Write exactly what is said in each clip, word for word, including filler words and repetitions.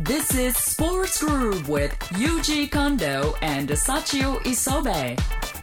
This is Sports Groove with Yuji Kondo and Sachio Isobe.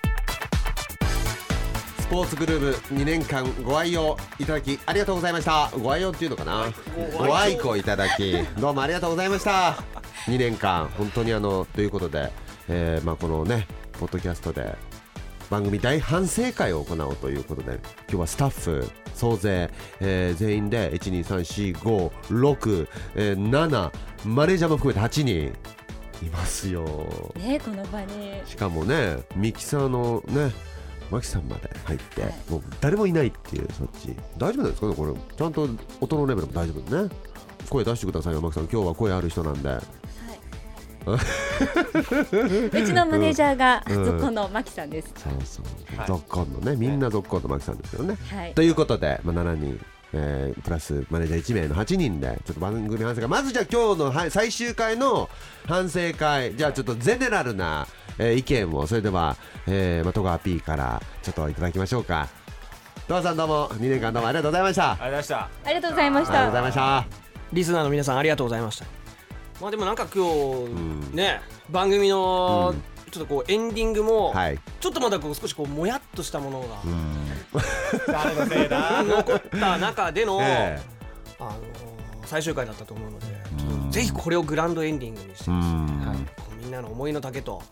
スポーツグルーブにねんかんご愛用いただきありがとうございました。ご愛用っていうのかな、ご愛顧いただきどうもありがとうございました。にねんかん本当にあのということで、えーまあ、このねポッドキャストで番組大反省会を行おうということで、今日はスタッフ総勢、えー、全員でいち、に、さん、よん、ご、ろく、えー、ななマネージャーも含めてはちにんいますよ、 ね、この場にしかもねミキサーのねマキさんまで入って、はい、もう誰もいないっていう、そっち大丈夫なんですかね、これちゃんと音のレベルも大丈夫ですね。声出してくださいよマキさん、今日は声ある人なんで。 うちのマネージャーがゾッコンのマキさんです、 うん、そうそう、はい、ゾッコンのね、みんなゾッコンのマキさんですよね、はい、ということで、まあ、しちにん、えー、プラスマネージャーいちめいのはちにんでちょっと番組反省会、まずじゃあ今日の、はい、最終回の反省会、じゃあちょっとゼネラルな、えー、意見をそれでは、えーまあ、戸川 P からちょっといただきましょうか。戸川さんどうもにねんかんどうもありがとうございました。 ありがとうございました。 ありがとうございました。 ありがとうございました。 リスナーの皆さんありがとうございました。まあでもなんか今日、うん、ね番組のちょっとこうエンディングも、はい、ちょっとまだこう少しこうもやっとしたものが、うん、誰のせいだ残った中での、えー、あのー、最終回だったと思うので、うん、ぜひこれをグランドエンディングにしてほしい、うん、はい、こうみんなの思いの丈と、うん、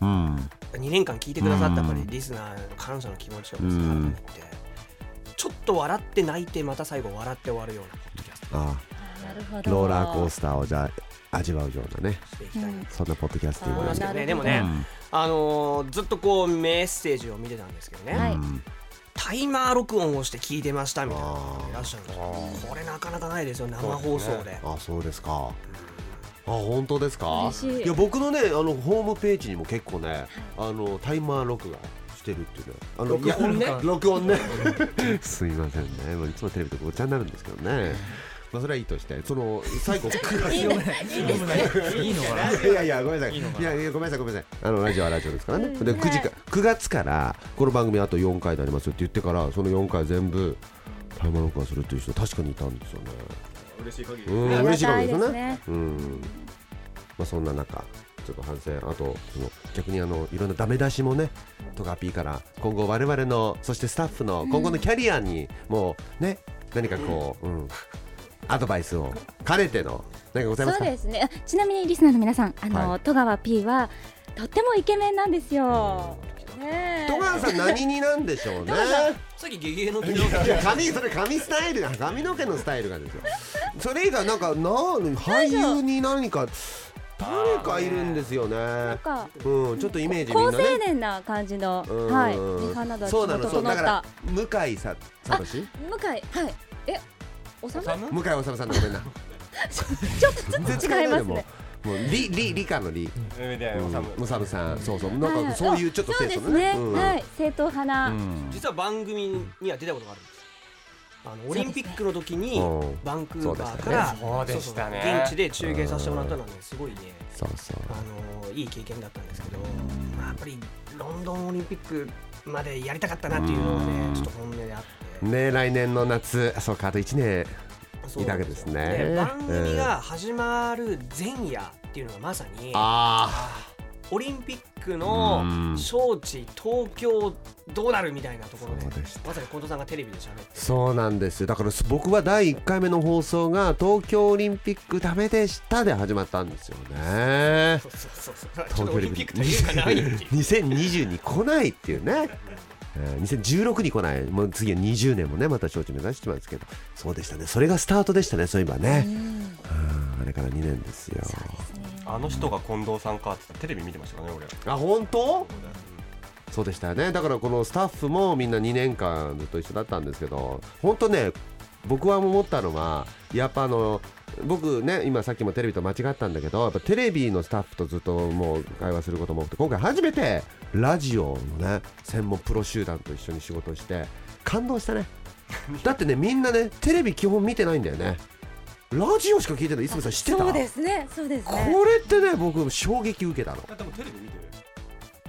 にねんかん聞いてくださったやっぱりリスナーの感謝の気持ちをですね、改めてちょっと笑って泣いてまた最後笑って終わるようなポッドキャスト。 ああ、なるほど。 ローラーコースターをじゃあ味わうようなね、うん、そんなポッドキャストになりますけどね。 でもね、うん、あのー、ずっとこうメッセージを見てたんですけどね、はい、タイマー録音をして聞いてましたみたいな方いらっしゃるんですよ。これなかなかないですよ、生放送で。 あ、そうですか。あ、本当ですか。いや、僕のね、あのホームページにも結構ね、あのタイマー録画してるっていうね、あの録音ね、録音ねすいませんね、もういつもテレビとごっちゃになるんですけどね。まあ、それはいいとして、その最後いいのかな、いやいやごめんなさい、いやいやごめんなさいごめんなさい、あのラジオはラジオですからね。でくじかくがつからこの番組あとよんかいになりますって言ってから、そのよんかい全部タイマー録画するっていう人確かにいたんですよね。嬉しい限り、うん、嬉しい限りですね。うん、まあそんな中ちょっと反省、あとその逆にあのいろんなダメ出しもね、トガピーから今後我々のそしてスタッフの今後のキャリアにもうね、何かこう、うん、アドバイスを兼ねての何かございますか。 そうですね。ちなみにリスナーの皆さん、あの、はい、戸川 P はとってもイケメンなんですよ。 ね、戸川さん何になんでしょうね。 さっきゲゲの時髪、それ髪スタイルが、髪の毛のスタイルがですよ。それ以外なんかな、俳優に何か誰かいるんですよね。なんか、うん、ちょっとイメージみんなね、 高青年な感じの、はい、メカなどそうなの、そうだから向井ささとし、 向井、はい、え、おさむ？ 向井おさむさんでごめんな。 ちょっとずつ違いますね。 もうリリリカのリ、おさむさん、そうそう、なんかそういうちょっと清楚ね、はい、正統派な。 実は番組には出たことがあるんです。あのオリンピックの時にバンクーバーから現地で中継させてもらったのはね、すごいね、 そうそう、 あのいい経験だったんですけど、まあやっぱりロンドンオリンピックまでやりたかったなっていうのがね、ちょっと本音であってね、来年の夏、そうか、あといちねんいたわけですね。 番組が始まる前夜っていうのがまさに、あオリンピックの招致東京どうなるみたいなところで、まさに近藤さんがテレビで喋って、 そうなんですよ。だから僕はだいいっかいめの放送が東京オリンピックダメでしたで始まったんですよね。 そうそうそう、東京オリンピックというかないにせんにじゅうに来ないっていうね、にせんじゅうろくに来ない、もう次はにじゅうねんもねまた招致目指してますけど、そうでしたね、それがスタートでしたね、そういえばね。あれからにねんですよ。 あの人が近藤さんかってテレビ見てましたかね、俺。 あ、本当？そうでしたよね。だからこのスタッフもみんなにねんかんずっと一緒だったんですけど、本当ね、僕は思ったのはやっぱあの僕ね、今さっきもテレビと間違ったんだけど、やっぱテレビのスタッフとずっともう会話することも多くて、今回初めてラジオのね専門プロ集団と一緒に仕事をして感動したね。だってね、みんなねテレビ基本見てないんだよね。ラジオしか聞いてない。いつもさん知ってた？ そうですね、そうですね。 これってね、僕衝撃受けたの。 でもテレビ見てる。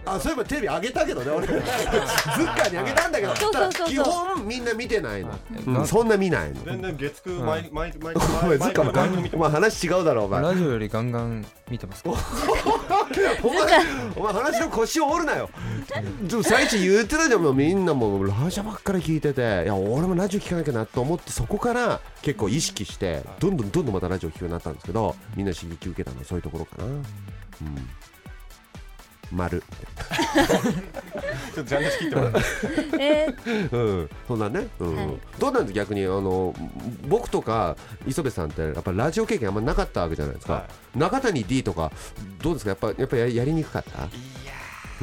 あ、そういえばテレビ上げたけどね俺ズッカーに上げたんだけど、 そうそうそうそう、 基本みんな見てないの、うん、そんな見ないの。 全然月9毎毎毎お前ズッカーもガンガン、お前話違うだろお前。 ラジオよりガンガン見てますか。 お前お前話の腰を折るなよ。最初言ってたじゃん、もうみんなもうラジオばっかり聞いてて、いや俺もラジオ聞かなきゃなと思って、そこから結構意識してどんどんどんどんまたラジオ聞くようになったんですけど、みんな刺激受けたのはそういうところかな。うん、丸ちょっとジャンル仕切ってもらってえー、 うん、そんなね、うん、はい、どうなんです逆に、あの僕とか磯部さんってやっぱラジオ経験あんまなかったわけじゃないですか、はい、中谷 D とかどうですか、やっぱやっぱややりにくかった？いやー、うん、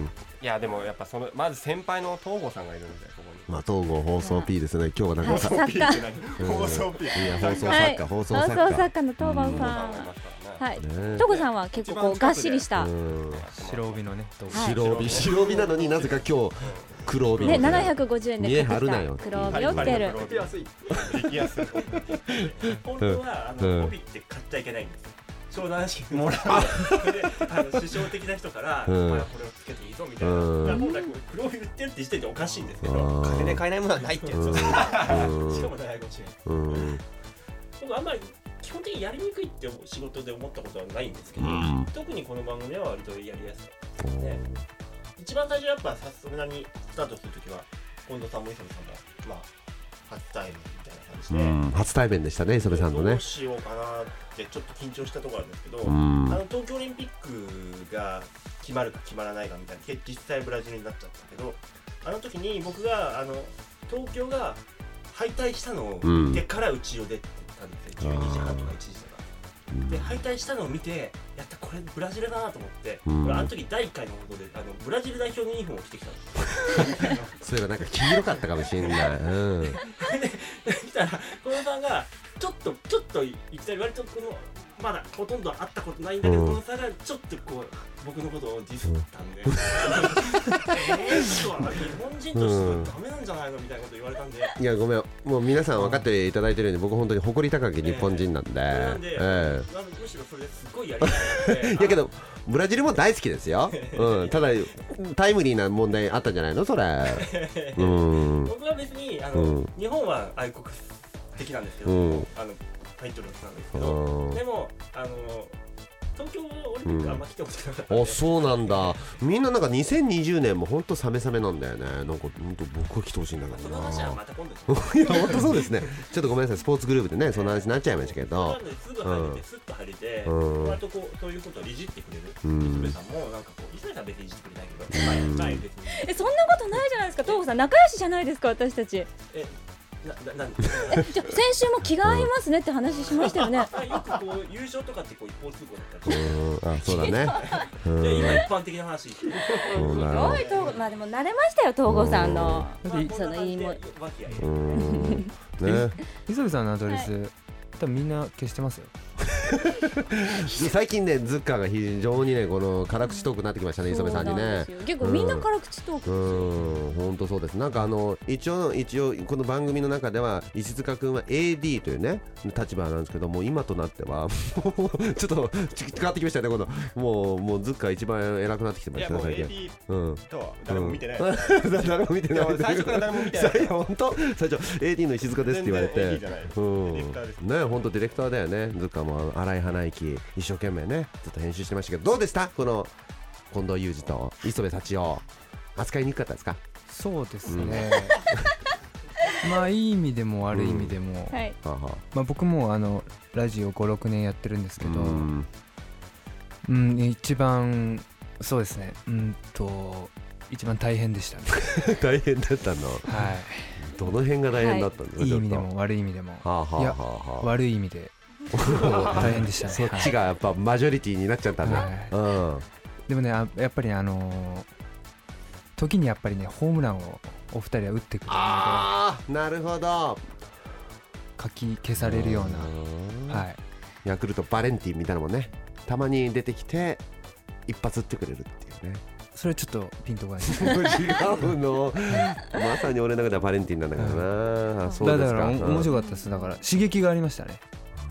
いやでもやっぱそのまず先輩の東郷さんがいるんで、ここに、 まあ東郷放送 P ですね。今日はなんか、 はい、作家放送 P、 いや放送作家、放送作家、 放送作家の東郷さん、はい、東郷さんは結構こうがっしりした白帯のね、 白帯白帯なのになぜか今日黒帯ね、ななひゃくごじゅうえんで買ってきた黒帯を着てる。 激安。 本当はあの帯って買っちゃいけないんですよ。商談式もらう。で、あの師匠的な人からお前はこれをつけていいぞみたいな。本来黒帯売ってるって時点でおかしいんですけど、 金で買えないものはないってやつ。しかもななひゃくごじゅうえん。僕あんまり基本的にやりにくいって仕事で思ったことはないんですけど、特にこの番組は割とやりやすかったですね。一番最初やっぱさすがにスタートするときは近藤さんも磯部さんもまあ初対面みたいな感じで、うん、初対面でしたね磯部さんのね。どうしようかなってちょっと緊張したところあるんですけど、うん、あの東京オリンピックが決まるか決まらないかみたいな、実際ブラジルになっちゃったけど、あの時に僕があの東京が敗退したのを見てからうちを出てたんですよ、うん、じゅうにじはんとかいちじとかで敗退したのを見て、やったこれブラジルだなと思って、うん、あの時だいいっかいの放送であのブラジル代表のユニフォームを着てきたんですよそれがなんか黄色かったかもしれない、うん、で来たら小野さんがちょっとちょっといきなり割とこのまだほとんど会ったことないんだけど、うん、この差がちょっとこう僕のことをディスったんで、うん、えー、ちょっと日本人としてはダメなんじゃないのみたいなこと言われたんで、 いやごめん、もう皆さん分かっていただいてるように僕本当に誇り高き日本人なんで、えー、なんで、えー、むしろそれですごいやりたいなっていやけどブラジルも大好きですよ、うん、ただタイムリーな問題あったんじゃないのそれうん、 僕は別にあの、うん、日本は愛国的なんですけど、うん、あのタイトルなんですけど、でもあの東京オリンピックあんま来てほしくなかったんで、うん、 あ、そうなんだ。みんななんかにせんにじゅうねんも本当サメサメなんだよね。なんか本当僕は来てほしいんだけどな。 その話はまた今度いや本当そうですね。ちょっとごめんなさい、スポーツグループでねその話になっちゃいましたけど、 すぐ入れて、スッと入れて、割とこうそういうことをいじってくれる磯部さんもなんかこう磯部さん別にいじってくれないけど、まあ別にえそんなことないじゃないですか。東郷さん仲良しじゃないですか私たち。えなななんえじゃ先週も気が合いますねって話しましたよね。 よくこう優勝とかってこう一方通行だったり、 あ、そうだね。 いや今一般的な話。すごいとまあでも慣れましたよ東郷さんのその言いも。ね。 磯部さんのアドレス多分みんな消してますよ。 最近ねズッカーが非常にねこの辛口トークになってきましたね、磯部さんにね。 結構みんな辛口トークですよ。 うん、本当そうです。なんかあの一応一応この番組の中では石塚君は エーディー というね立場なんですけども、今となってはちょっと変わってきましたね。今度もうもうズッカー一番偉くなってきてましたね最近。 いやもう エーディー とは誰も見てない。 誰も見てない。 最初から誰も見てない。 本当最初 エーディー の石塚ですって言われて、うんね、本当ディレクターだよね。ズッカーも荒井花息一生懸命ねずっと編集してましたけど、どうでしたこの近藤裕二と磯部幸男、扱いにくかったですか？ そうですね、うん、まあいい意味でも悪い意味でも、うんはい、まあ、僕もあのラジオご、ろくねんやってるんですけど、うん、うん、一番そうですね、うんと一番大変でしたね。 大変だったの？はい。どの辺が大変だったんですか？ はい、いい意味でも悪い意味でも、はあはあはあ、いや悪い意味で大変でしたね。 そっちがやっぱマジョリティになっちゃったんだ、はい、うん、 でもねやっぱりあのー、時にやっぱりねホームランをお二人は打ってくるので、 あーなるほど、 かき消されるような、はい、 ヤクルトバレンティンみたいなもんね、たまに出てきて一発打ってくれるっていうね。 それちょっとピンとこない。 違うのまさに俺の中ではバレンティンなんだからな、うん、そうですか。 だから面白かったです。だから刺激がありましたね。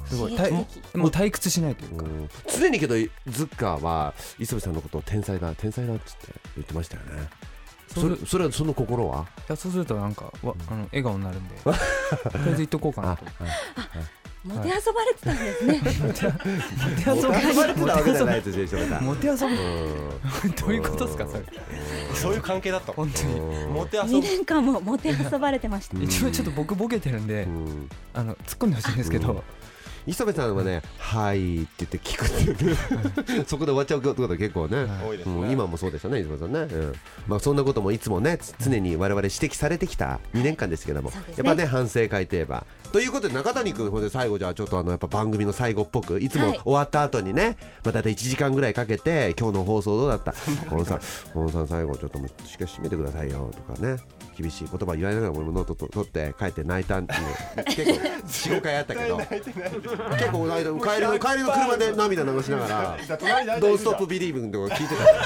すごいたいもう退屈しないというか、 常にけどズッカーは磯部さんのことを天才だ天才だっつって言ってましたよね。それそれはその心は？ いやそうするとなんかわあの笑顔になるんでとりあえず言っとこうかなと。 モテ遊ばれてたんですね。 モテ遊ばれてたわけじゃないですよ磯部さん。 モテ遊ばどういうことですかそれ。 そういう関係だった本当に。 モテ遊にねんかんもモテ遊ばれてました。 一応ちょっと僕ボケてるんであの突っ込んでほしいんですけど。 磯部さんはね、はいって言って聞くっていうそこで終わっちゃうことが結構ね、 多いですね。 今もそうでしたね、磯部さんね、うんまあ、そんなこともいつもね常に我々指摘されてきたにねんかんですけども、 ね、 やっぱね反省会といえばということで中谷君ほんで最後じゃあちょっとあのやっぱ番組の最後っぽくいつも終わった後にね、はい、またいちじかんぐらいかけて今日の放送どうだった小野さん小野さん最後ちょっともうしっかり締めてくださいよとかね厳しい言葉言われながら俺もノート取って帰って泣いたっていう結構 よん,ご 回あったけど結構泣いた帰りの帰りの車で涙流しながらドンストップビリーブのとこ聞いてた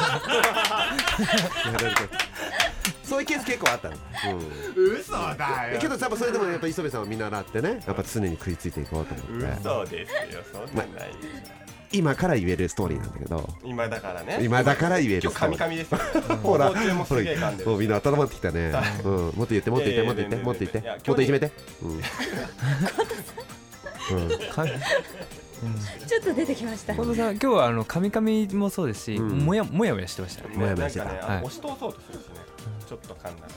そういうケース結構あったの、 うん、嘘だよけどやっぱそれでもやっぱ磯部さんを見習ってねやっぱ常に食いついていこうと思って嘘ですよそんなない、ま今から言えるストーリーなんだけど今だからね今だから言えるストーリー今日カミカミですよほらもすげえ噛んでるもうみんな温まってきたね、うん、もっと言ってもっと言ってもっと言ってもっと言ってもっといじめてちょっと出てきました近藤さん今日はあのカミカミもそうですし、うん、もやもやもやしてましたねもやもやしてた、 なんかね、はい、押し通そうとするしねちょっと噛んだ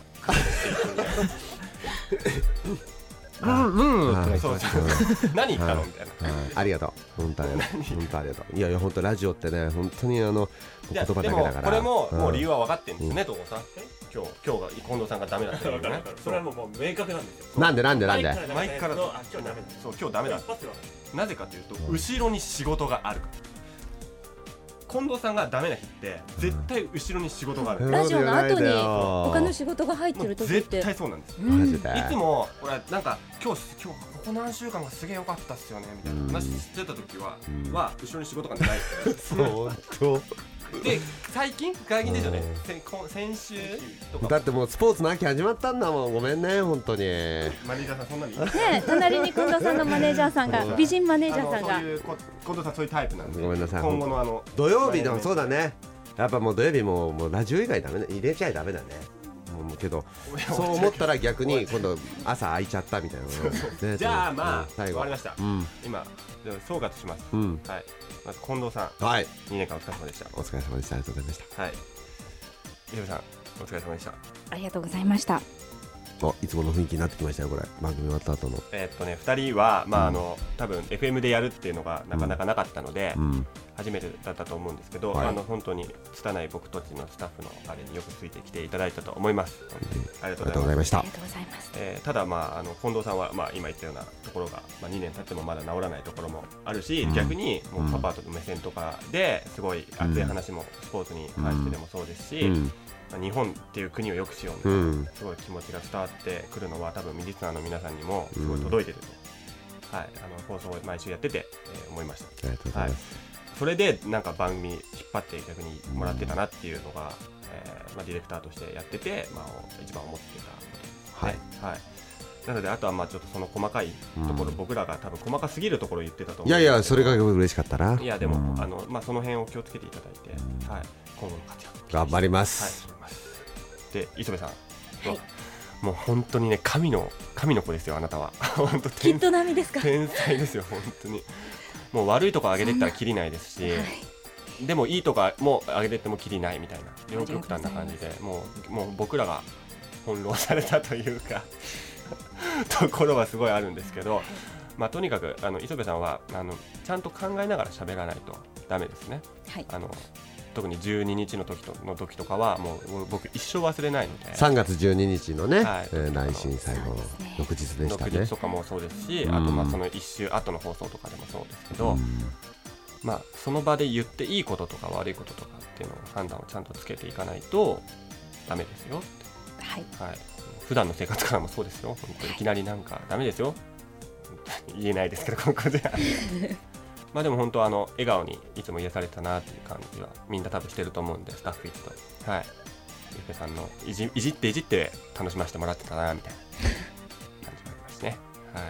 らうんうんそうそう何言ったのみたいなありがとう本当ありがとう本当ありがとういやいや本当ラジオってね本当にあの言葉だけだからでもこれももう理由は分かってるんですね東郷さん今日今日が近藤さんがダメだったよねそれはもう明確なんですよなんでなんでなんで前から今日ダメそう今日ダメだなぜかというと後ろに仕事があるから近藤さんがダメな日って絶対後ろに仕事がある、 うん、ラジオの後に他の仕事が入ってる時って絶対そうなんです、 うん、 いつも俺なんか今日今日ここ何週間がすげえ良かったっすよねみたいな話してた時は、うん、は後ろに仕事がないそうとで最近最近ですよね、うん、先週とかだってもうスポーツの秋始まったんだもんごめんね本当にマネージャーさんそんなにね隣に近藤さんのマネージャーさんが美人マネージャーさんがそういう近藤さんそういうタイプなんでごめんなさい今後のあの土曜日でもそうだねやっぱもう土曜日ももうラジオ以外ダメね入れちゃいダメだねもうけどそう思ったら逆に今度朝空いちゃったみたいなねじゃあまあ最後終わりました、うん、今総括します、うん、はいまず近藤さん、はい、にねんかんお疲れ様でした。 お疲れ様でした。ありがとうございました。 はい。伊部さん、お疲れ様でした。 ありがとうございました。 お、いつもの雰囲気になってきましたよこれ。番組終わった後の。 えー、っとね、ふたりはまあ、うん、あの多分 エフエム でやるっていうのがなかなかなかったので、うん、初めてだったと思うんですけど、はい、あの本当に拙い僕たちのスタッフのあれによくついてきていただいたと思います。本当にありがとうございました。 ありがとうございます。 えー、ただまああの近藤さんはまあ今言ったようなところがまあにねん経ってもまだ治らないところもあるし、うん、逆にもうパパとの目線とかですごい熱い話もスポーツに関してでもそうですし。うんうん日本っていう国を良くしようみたいな、うん、すごい気持ちが伝わってくるのは多分ミリスナーの皆さんにもすごい届いてると、うん、はい、あの放送を毎週やってて、えー、思いました。 ありがとうございます、 はい、それでなんか番組引っ張って逆にもらってたなっていうのが、うんえーまあ、ディレクターとしてやってて、まあ、一番思ってたことですね、はいはい、なのであとはまあちょっとその細かいところ、うん、僕らが多分細かすぎるところを言ってたと思う。 いやいやそれが嬉しかったな。 いやでも、うんあのまあ、その辺を気をつけていただいて、うんはい、今後の活躍頑張ります、 はいで磯部さん、はい、もう本当にね神の神の子ですよあなたは本当きっと並みですか。 天才ですよ本当にもう悪いとこ上げていったらきりないですし、はい、でもいいとこも上げていってもきりないみたいな両極端な感じでもうもう僕らが翻弄されたというかところはすごいあるんですけど、まあ、とにかくあの磯部さんはあのちゃんと考えながら喋らないとダメですね、はい、あの特にじゅうににちの時との時とかはもう僕一生忘れないのでさんがつじゅうににちのね、はいえー、来週最後の翌日でしたね。 翌日とかもそうですし、うん、あとまあその一週後の放送とかでもそうですけど、うんまあ、その場で言っていいこととか悪いこととかっていうのを判断をちゃんとつけていかないとダメですよって、 はいはい、普段の生活からもそうですよ本当にいきなりなんかダメですよ言えないですけどここでまあでも本当あの笑顔にいつも癒されたなっていう感じはみんな多分してると思うんでスタッフ一とはいゆうぺさんのい じ, いじっていじって楽しませてもらってたなみたいな感じがありますね。はい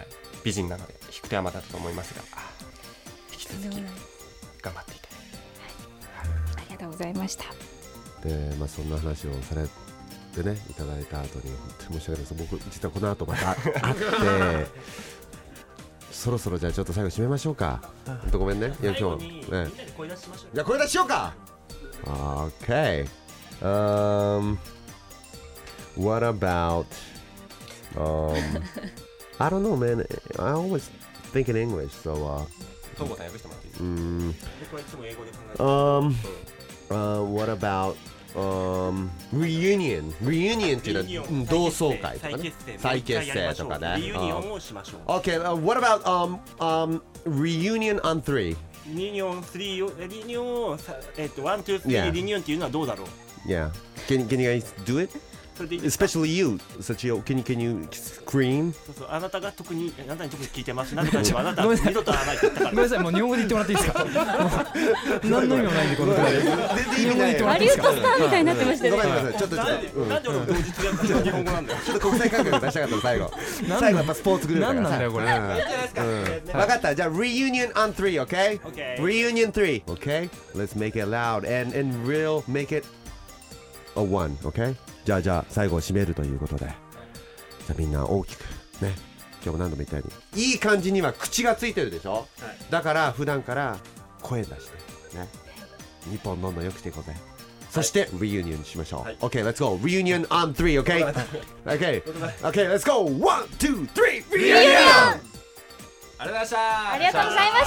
美人なので引く手あまたと思いますが、引き続き頑張っていただいて、はい、ありがとうございました。 で、まあ、そんな話をされてねいただいた後に本当に申し訳ないです。僕実はこの後また会ってそろそろじゃあちょっと最後締めましょうか。本当ごめんね。いや今日ね。みんなで声出しましょう。じゃあ声出ししようか。Okay. Um, what about? Um, I don't know, man. I always think in English, so. Uh, トモさん訳してもらっていいですか。 um, 僕はいつも英語で考えて。 Um, uh, what about? Um, reunion. Reunion っていうのは同窓会とかね。再結成とかね。 リユニオンをしましょう。 Okay. Uh, what about um um reunion on three? リニオンスリー、リニオン、えっと、ワン、ツー、スリー、リニオンっていうのはどうだろう。 Yeah. Can can you guys do it? Especially you, Sachio. Can you can you scream? そうそう、あなたが特に、あなたに特に聞いてます。なぜかというと、あなたは二度と会わないって言ったから。 ごめんなさい、もう日本語で言ってもらっていいですか。何の意味もないんでこのくらい。全然意味ない。 ハリウッドスターみたいになってましたよね。 ごめんなさい、ちょっとなんで、なんで俺も同日やった日本語なんだよ。 ちょっと国際感覚出したかったの最後。最後やっぱスポーツグループだから。 なんなんだよこれ。 分かった。じゃあ reunion on three, okay? Okay. Reunion three, okay? Let's make it loud and and real make it a one, okay? じゃあじゃあ最後を締めるということで、じゃあみんな大きくね、今日も何度も言ったようにいい感じには口がついてるでしょ、はい、だから普段から声出してね、日本どんどん良くしていこうぜ、はい、そしてリユニオンしましょう、はい、OK let's go reunion on three OK OK OK let's go one two three reunion ありがとうございましたありがとうございま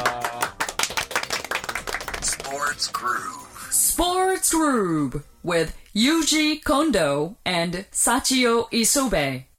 した Sports Groove Sports Groove with Yuji Kondo and Sachio Isobe.